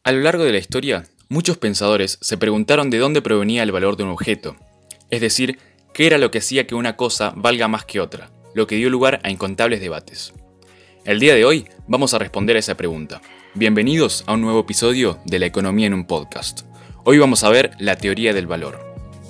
A lo largo de la historia, muchos pensadores se preguntaron de dónde provenía el valor de un objeto, es decir, qué era lo que hacía que una cosa valga más que otra, lo que dio lugar a incontables debates. El día de hoy vamos a responder a esa pregunta. Bienvenidos a un nuevo episodio de La Economía en un Podcast. Hoy vamos a ver la teoría del valor.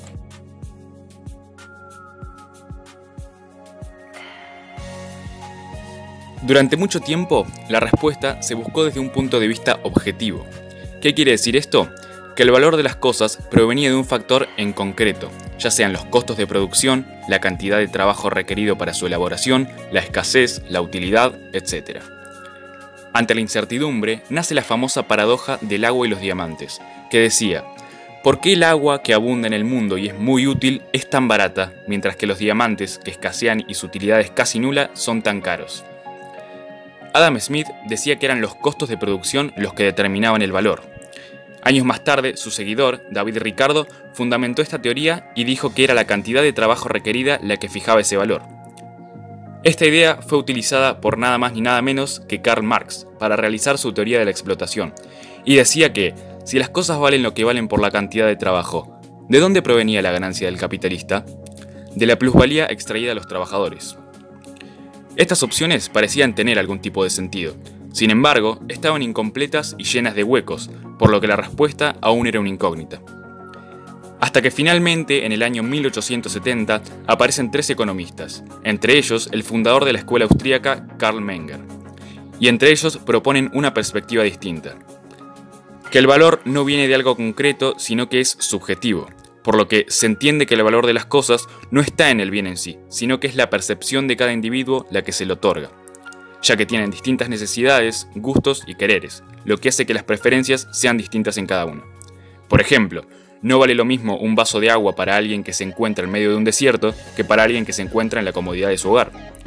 Durante mucho tiempo, la respuesta se buscó desde un punto de vista objetivo. ¿Qué quiere decir esto? Que el valor de las cosas provenía de un factor en concreto, ya sean los costos de producción, la cantidad de trabajo requerido para su elaboración, la escasez, la utilidad, etc. Ante la incertidumbre, nace la famosa paradoja del agua y los diamantes, que decía: ¿por qué el agua que abunda en el mundo y es muy útil es tan barata, mientras que los diamantes, que escasean y su utilidad es casi nula, son tan caros? Adam Smith decía que eran los costos de producción los que determinaban el valor. Años más tarde, su seguidor, David Ricardo, fundamentó esta teoría y dijo que era la cantidad de trabajo requerida la que fijaba ese valor. Esta idea fue utilizada por nada más ni nada menos que Karl Marx para realizar su teoría de la explotación, y decía que, si las cosas valen lo que valen por la cantidad de trabajo, ¿de dónde provenía la ganancia del capitalista? De la plusvalía extraída a los trabajadores. Estas opciones parecían tener algún tipo de sentido. Sin embargo, estaban incompletas y llenas de huecos, por lo que la respuesta aún era una incógnita. Hasta que finalmente, en el año 1870, aparecen tres economistas, entre ellos el fundador de la escuela austríaca Karl Menger, y entre ellos proponen una perspectiva distinta: que el valor no viene de algo concreto, sino que es subjetivo, por lo que se entiende que el valor de las cosas no está en el bien en sí, sino que es la percepción de cada individuo la que se le otorga, ya que tienen distintas necesidades, gustos y quereres, lo que hace que las preferencias sean distintas en cada uno. Por ejemplo, no vale lo mismo un vaso de agua para alguien que se encuentra en medio de un desierto que para alguien que se encuentra en la comodidad de su hogar.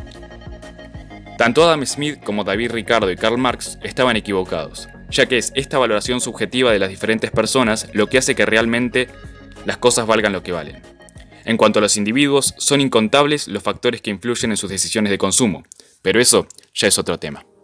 Tanto Adam Smith como David Ricardo y Karl Marx estaban equivocados, ya que es esta valoración subjetiva de las diferentes personas lo que hace que realmente las cosas valgan lo que valen. En cuanto a los individuos, son incontables los factores que influyen en sus decisiones de consumo, pero eso ya es otro tema.